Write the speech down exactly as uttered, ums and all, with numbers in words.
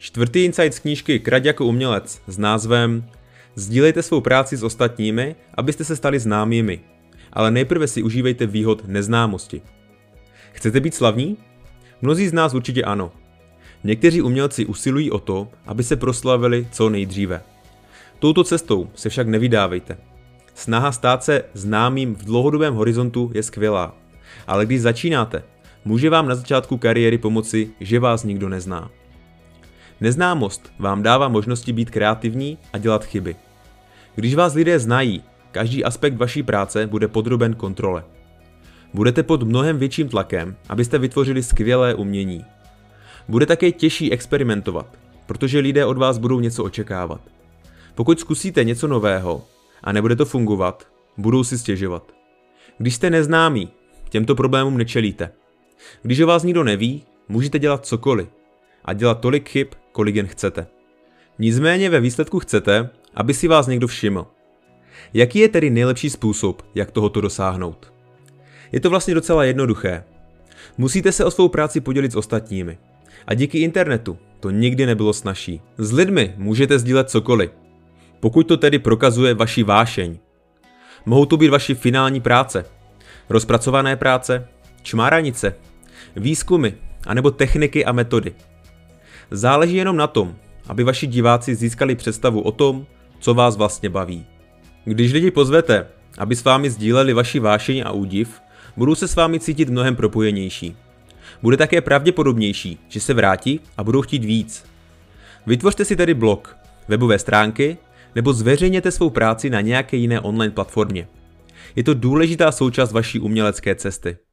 Čtvrtý insight z knížky Kraď jako umělec s názvem Sdílejte svou práci s ostatními, abyste se stali známými, ale nejprve si užívejte výhod neznámosti. Chcete být slavní? Mnozí z nás určitě ano. Někteří umělci usilují o to, aby se proslavili co nejdříve. Touto cestou se však nevydávejte. Snaha stát se známým v dlouhodobém horizontu je skvělá, ale když začínáte, může vám na začátku kariéry pomoci, že vás nikdo nezná. Neznámost vám dává možnosti být kreativní a dělat chyby. Když vás lidé znají, každý aspekt vaší práce bude podroben kontrole. Budete pod mnohem větším tlakem, abyste vytvořili skvělé umění. Bude také těžší experimentovat, protože lidé od vás budou něco očekávat. Pokud zkusíte něco nového a nebude to fungovat, budou si stěžovat. Když jste neznámí, těmto problémům nečelíte. Když o vás nikdo neví, můžete dělat cokoliv a dělat tolik chyb, kolik jen chcete. Nicméně ve výsledku chcete, aby si vás někdo všiml. Jaký je tedy nejlepší způsob, jak tohoto dosáhnout? Je to vlastně docela jednoduché. Musíte se o svou práci podělit s ostatními. A díky internetu to nikdy nebylo snazší. S lidmi můžete sdílet cokoliv, pokud to tedy prokazuje vaši vášeň. Mohou to být vaši finální práce, rozpracované práce, čmáranice, výzkumy, anebo techniky a metody. Záleží jenom na tom, aby vaši diváci získali představu o tom, co vás vlastně baví. Když lidi pozvete, aby s vámi sdíleli vaši vášeň a údiv, budou se s vámi cítit mnohem propojenější. Bude také pravděpodobnější, že se vrátí a budou chtít víc. Vytvořte si tedy blog, webové stránky nebo zveřejněte svou práci na nějaké jiné online platformě. Je to důležitá součást vaší umělecké cesty.